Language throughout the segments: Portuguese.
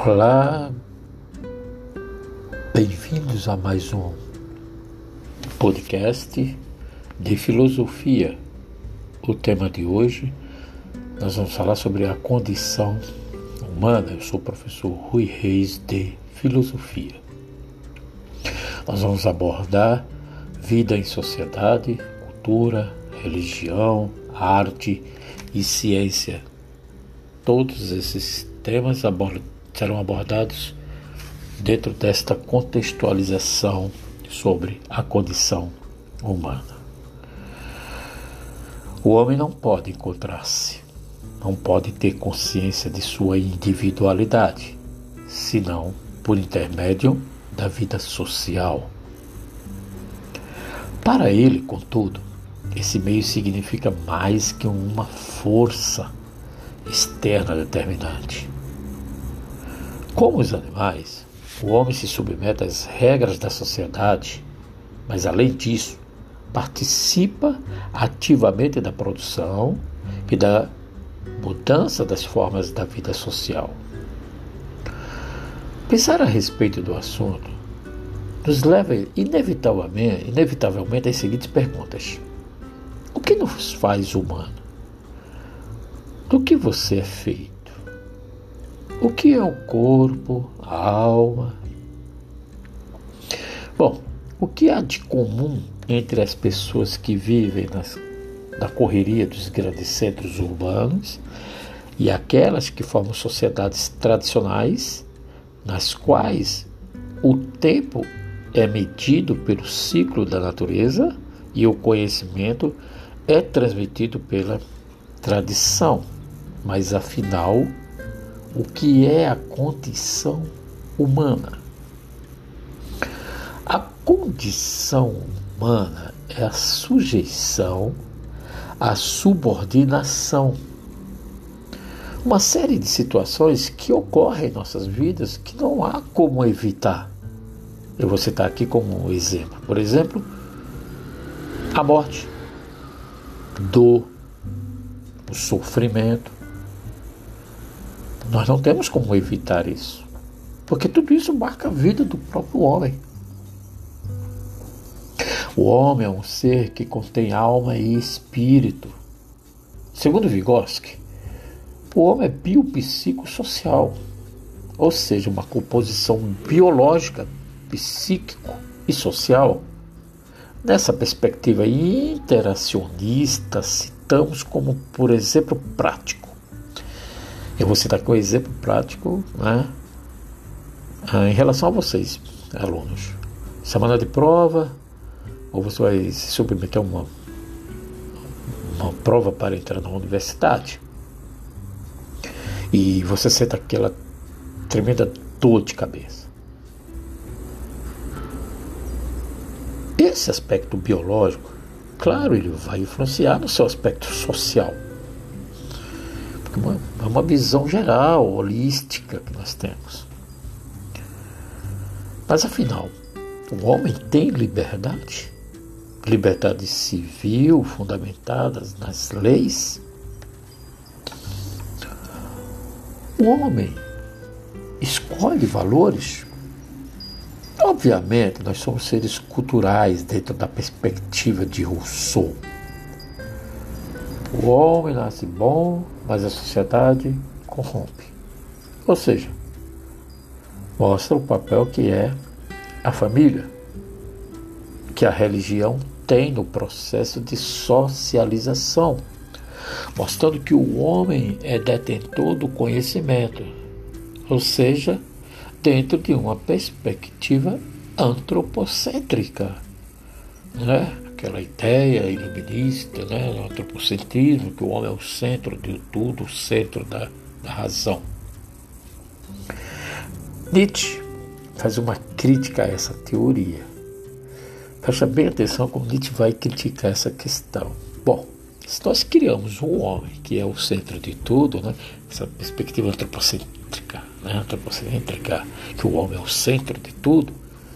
Olá, bem-vindos a mais um podcast de filosofia. O tema de hoje, nós vamos falar sobre a condição humana. Eu sou o professor Rui Reis de Filosofia. Nós vamos abordar vida em sociedade, cultura, religião, arte e ciência. Todos esses temas serão abordados dentro desta contextualização sobre a condição humana. O homem não pode encontrar-se, não pode ter consciência de sua individualidade, senão por intermédio da vida social. Para ele, contudo, esse meio significa mais que uma força externa determinante. Como os animais, o homem se submete às regras da sociedade, mas além disso, participa ativamente da produção e da mudança das formas da vida social. Pensar a respeito do assunto nos leva inevitavelmente às seguintes perguntas: o que nos faz humano? Do que você é feito? O que é o corpo, a alma? Bom, o que há de comum entre as pessoas que vivem na correria dos grandes centros urbanos e aquelas que formam sociedades tradicionais, nas quais o tempo é medido pelo ciclo da natureza e o conhecimento é transmitido pela tradição? Mas afinal, o que é a condição humana? A condição humana é a sujeição à subordinação. Uma série de situações que ocorrem em nossas vidas que não há como evitar. Eu vou citar aqui como exemplo. Por exemplo, a morte, dor, o sofrimento. Nós não temos como evitar isso, porque tudo isso marca a vida do próprio homem. O homem é um ser que contém alma e espírito. Segundo Vygotsky, o homem é biopsicossocial, ou seja, uma composição biológica, psíquico e social. Nessa perspectiva interacionista, citamos como, por exemplo, prático. Eu vou citar aqui um exemplo prático, em relação a vocês, alunos. Semana de prova, ou você vai se submeter a uma prova para entrar na universidade. E você sente aquela tremenda dor de cabeça. Esse aspecto biológico, claro, ele vai influenciar no seu aspecto social. É uma visão geral, holística que nós temos. Mas afinal, o homem tem liberdade? Liberdade civil fundamentadas nas leis? O homem escolhe valores? Obviamente, nós somos seres culturais dentro da perspectiva de Rousseau. O homem nasce bom, mas a sociedade corrompe. Ou seja, mostra o papel que é a família, que a religião tem no processo de socialização, mostrando que o homem é detentor do conhecimento, ou seja, dentro de uma perspectiva antropocêntrica, Aquela ideia iluminista, do antropocentrismo, que o homem é o centro de tudo, o centro da razão. Nietzsche faz uma crítica a essa teoria. Presta bem atenção como Nietzsche vai criticar essa questão. Bom, se nós criamos um homem que é o centro de tudo, essa perspectiva antropocêntrica, que o homem é o centro de tudo,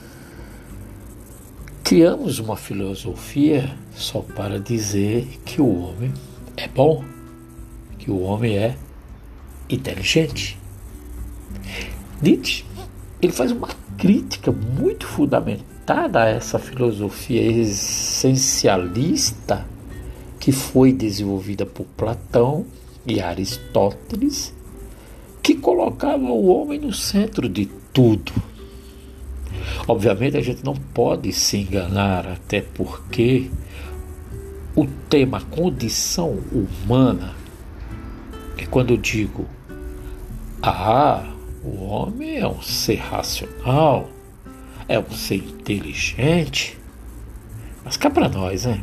criamos uma filosofia só para dizer que o homem é bom, que o homem é inteligente. Nietzsche, ele faz uma crítica muito fundamentada a essa filosofia essencialista que foi desenvolvida por Platão e Aristóteles, que colocava o homem no centro de tudo. Obviamente a gente não pode se enganar, até porque o tema condição humana é quando eu digo, o homem é um ser racional, é um ser inteligente, mas cá para nós, né?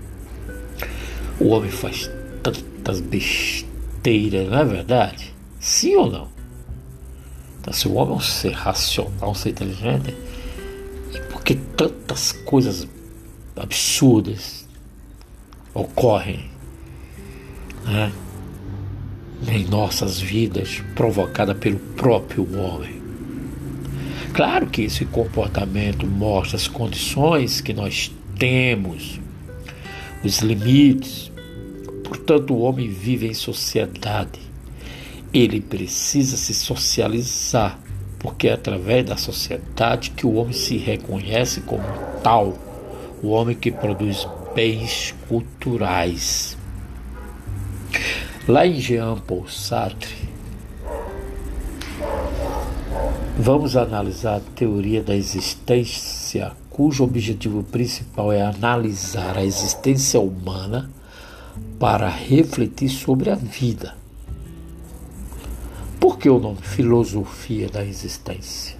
O homem faz tantas besteiras, não é verdade? Sim ou não? Então, se o homem é um ser racional, um ser inteligente, e por que tantas coisas absurdas ocorrem, né, em nossas vidas, provocada pelo próprio homem? Claro que esse comportamento mostra as condições que nós temos, os limites. Portanto, o homem vive em sociedade. Ele precisa se socializar, porque é através da sociedade que o homem se reconhece como tal, o homem que produz bens culturais. Lá em Jean-Paul Sartre, vamos analisar a teoria da existência, cujo objetivo principal é analisar a existência humana para refletir sobre a vida. Por que o nome filosofia da existência?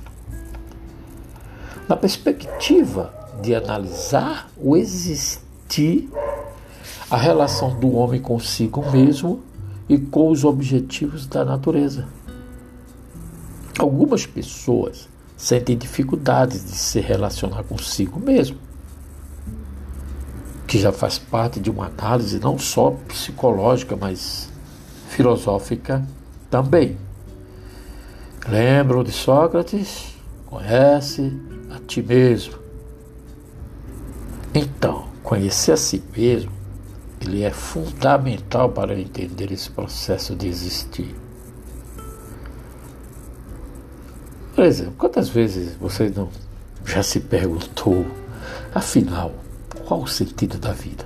Na perspectiva de analisar o existir, a relação do homem consigo mesmo e com os objetivos da natureza. Algumas pessoas sentem dificuldades de se relacionar consigo mesmo, que já faz parte de uma análise não só psicológica, mas filosófica também. Lembram de Sócrates? Conhece a ti mesmo. Então, conhecer a si mesmo, ele é fundamental para entender esse processo de existir. Por exemplo, quantas vezes você não já se perguntou, afinal, qual o sentido da vida?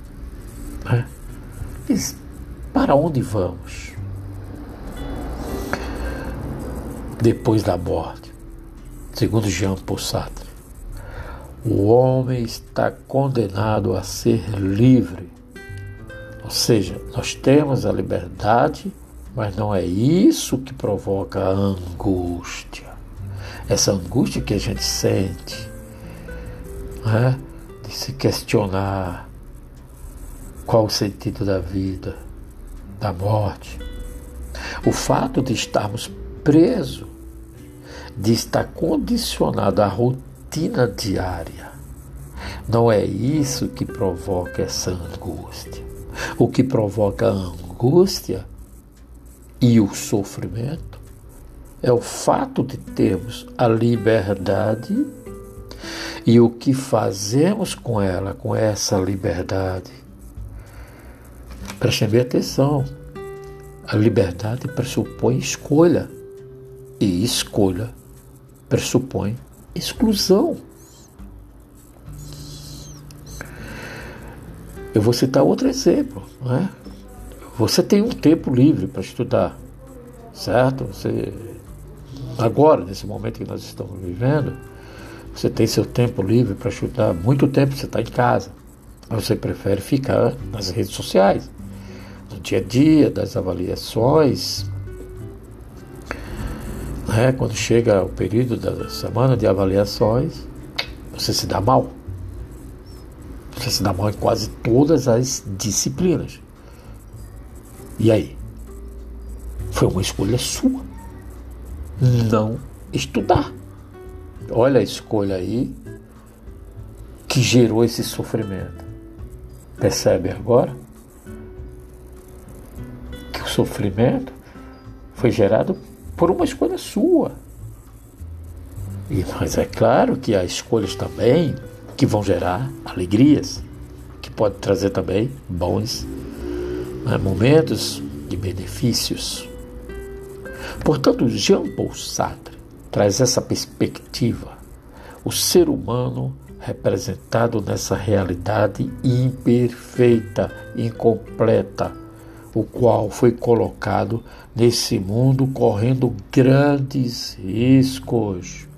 Para onde vamos depois da morte? Segundo Jean-Paul Sartre, o homem está condenado a ser livre. Ou seja, nós temos a liberdade, mas não é isso que provoca a angústia. Essa angústia que a gente sente, né? De se questionar qual o sentido da vida, da morte. O fato de estarmos presos, de estar condicionado à rotina diária, não é isso que provoca essa angústia. O que provoca a angústia e o sofrimento é o fato de termos a liberdade e o que fazemos com ela, com essa liberdade. Prestem bem atenção. A liberdade pressupõe escolha. E escolha pressupõe exclusão. Eu vou citar outro exemplo, não é? Você tem um tempo livre para estudar, certo? Você, agora, nesse momento que nós estamos vivendo, você tem seu tempo livre para estudar. Muito tempo você está em casa. Mas você prefere ficar nas redes sociais, no dia a dia, das avaliações. Quando chega o período da semana de avaliações, você se dá mal. Você se dá mal em quase todas as disciplinas. E aí? Foi uma escolha sua não estudar. Olha a escolha aí que gerou esse sofrimento. Percebe agora? Que o sofrimento foi gerado por uma escolha sua. Mas é claro que há escolhas também que vão gerar alegrias, que pode trazer também bons momentos de benefícios. Portanto, Jean-Paul Sartre traz essa perspectiva. O ser humano representado nessa realidade imperfeita, incompleta, o qual foi colocado nesse mundo correndo grandes riscos.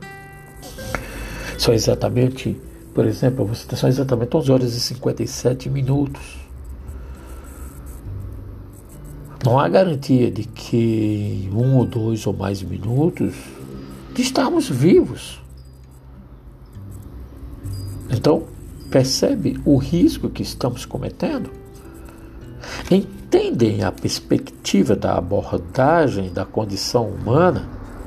São exatamente, por exemplo, são exatamente 11 horas e 57 minutos. Não há garantia de que em 1 ou 2 ou mais minutos de estarmos vivos. Então, percebe o risco que estamos cometendo? Entendem a perspectiva da abordagem da condição humana?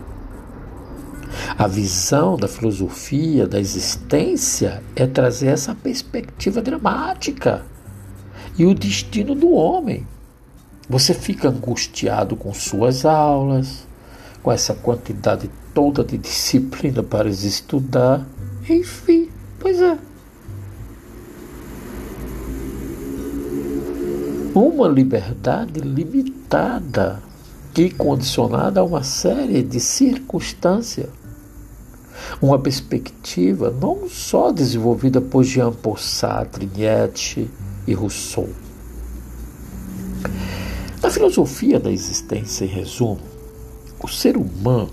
A visão da filosofia da existência é trazer essa perspectiva dramática e o destino do homem. Você fica angustiado com suas aulas, com essa quantidade toda de disciplina para estudar, enfim, pois é. Uma liberdade limitada e condicionada a uma série de circunstâncias. Uma perspectiva não só desenvolvida por Jean-Paul Sartre, Nietzsche e Rousseau. Na filosofia da existência, em resumo, o ser humano,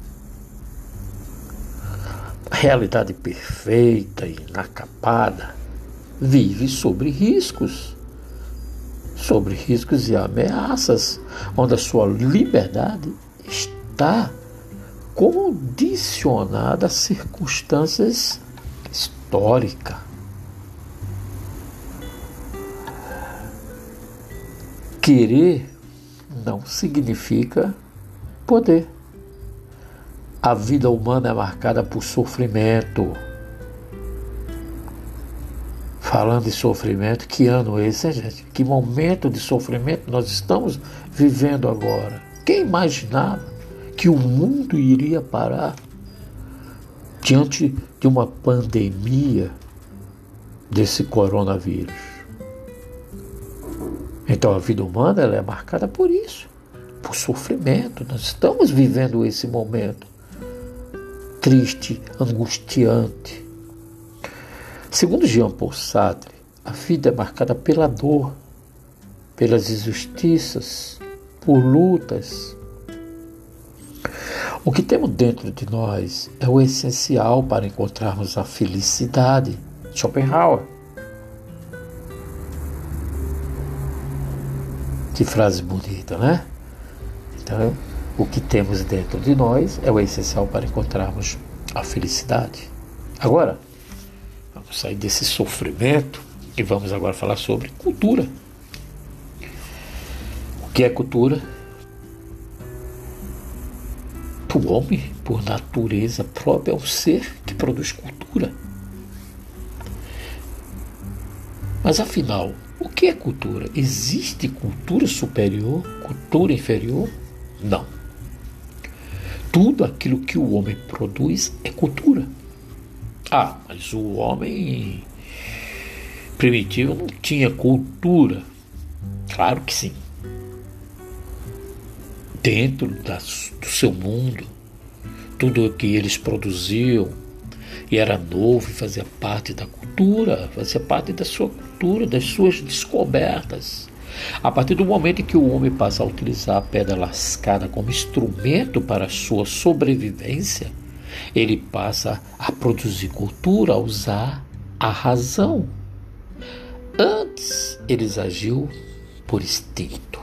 a realidade perfeita e inacapada, vive sobre riscos e ameaças, onde a sua liberdade está condicionada a circunstâncias históricas. Querer não significa poder. A vida humana é marcada por sofrimento. Falando em sofrimento, que ano é esse, hein, gente? Que momento de sofrimento nós estamos vivendo agora? Quem imaginava que o mundo iria parar diante de uma pandemia desse coronavírus? Então a vida humana ela é marcada por isso, por sofrimento. Nós estamos vivendo esse momento triste, angustiante. Segundo Jean-Paul Sartre, a vida é marcada pela dor, pelas injustiças, por lutas. O que temos dentro de nós é o essencial para encontrarmos a felicidade. Schopenhauer. Que frase bonita, né? Então, o que temos dentro de nós é o essencial para encontrarmos a felicidade. Agora, vamos sair desse sofrimento e vamos agora falar sobre cultura. O que é cultura? O homem, por natureza própria, é um ser que produz cultura. Mas afinal, o que é cultura? Existe cultura superior, cultura inferior? Não. Tudo aquilo que o homem produz é cultura. Ah, mas o homem primitivo não tinha cultura. Claro que sim. Dentro do seu mundo, tudo o que eles produziam e era novo e fazia parte da cultura, fazia parte da sua cultura, das suas descobertas. A partir do momento em que o homem passa a utilizar a pedra lascada como instrumento para a sua sobrevivência, ele passa a produzir cultura, a usar a razão. Antes, eles agiam por instinto.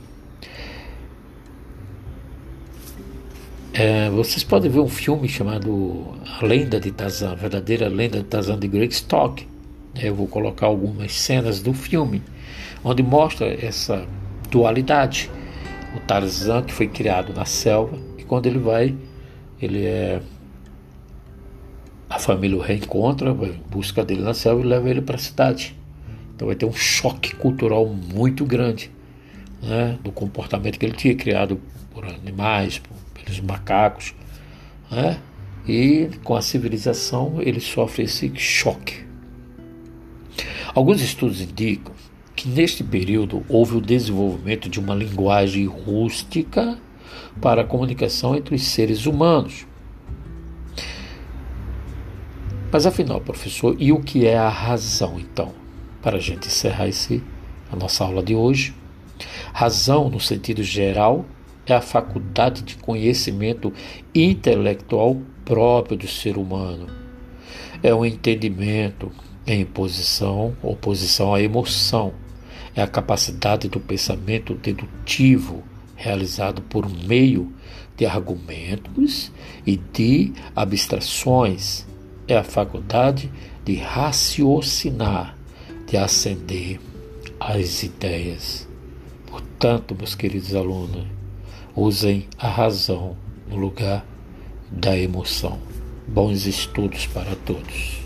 Vocês podem ver um filme chamado A Lenda de Tarzan, a verdadeira lenda de Tarzan de Greg Stock. Eu vou colocar algumas cenas do filme, onde mostra essa dualidade. O Tarzan que foi criado na selva, e quando ele vai, a família o reencontra, vai em busca dele na selva e leva ele para a cidade. Então vai ter um choque cultural muito grande, né, do comportamento que ele tinha, criado por animais, pelos macacos, né, e com a civilização ele sofre esse choque. Alguns estudos indicam que neste período houve o desenvolvimento de uma linguagem rústica para a comunicação entre os seres humanos. Mas afinal, professor, e o que é a razão, então? Para a gente encerrar a nossa aula de hoje. Razão, no sentido geral, é a faculdade de conhecimento intelectual próprio do ser humano. É o entendimento em oposição à emoção. É a capacidade do pensamento dedutivo, realizado por meio de argumentos e de abstrações. É a faculdade de raciocinar, de ascender às ideias. Portanto, meus queridos alunos, usem a razão no lugar da emoção. Bons estudos para todos.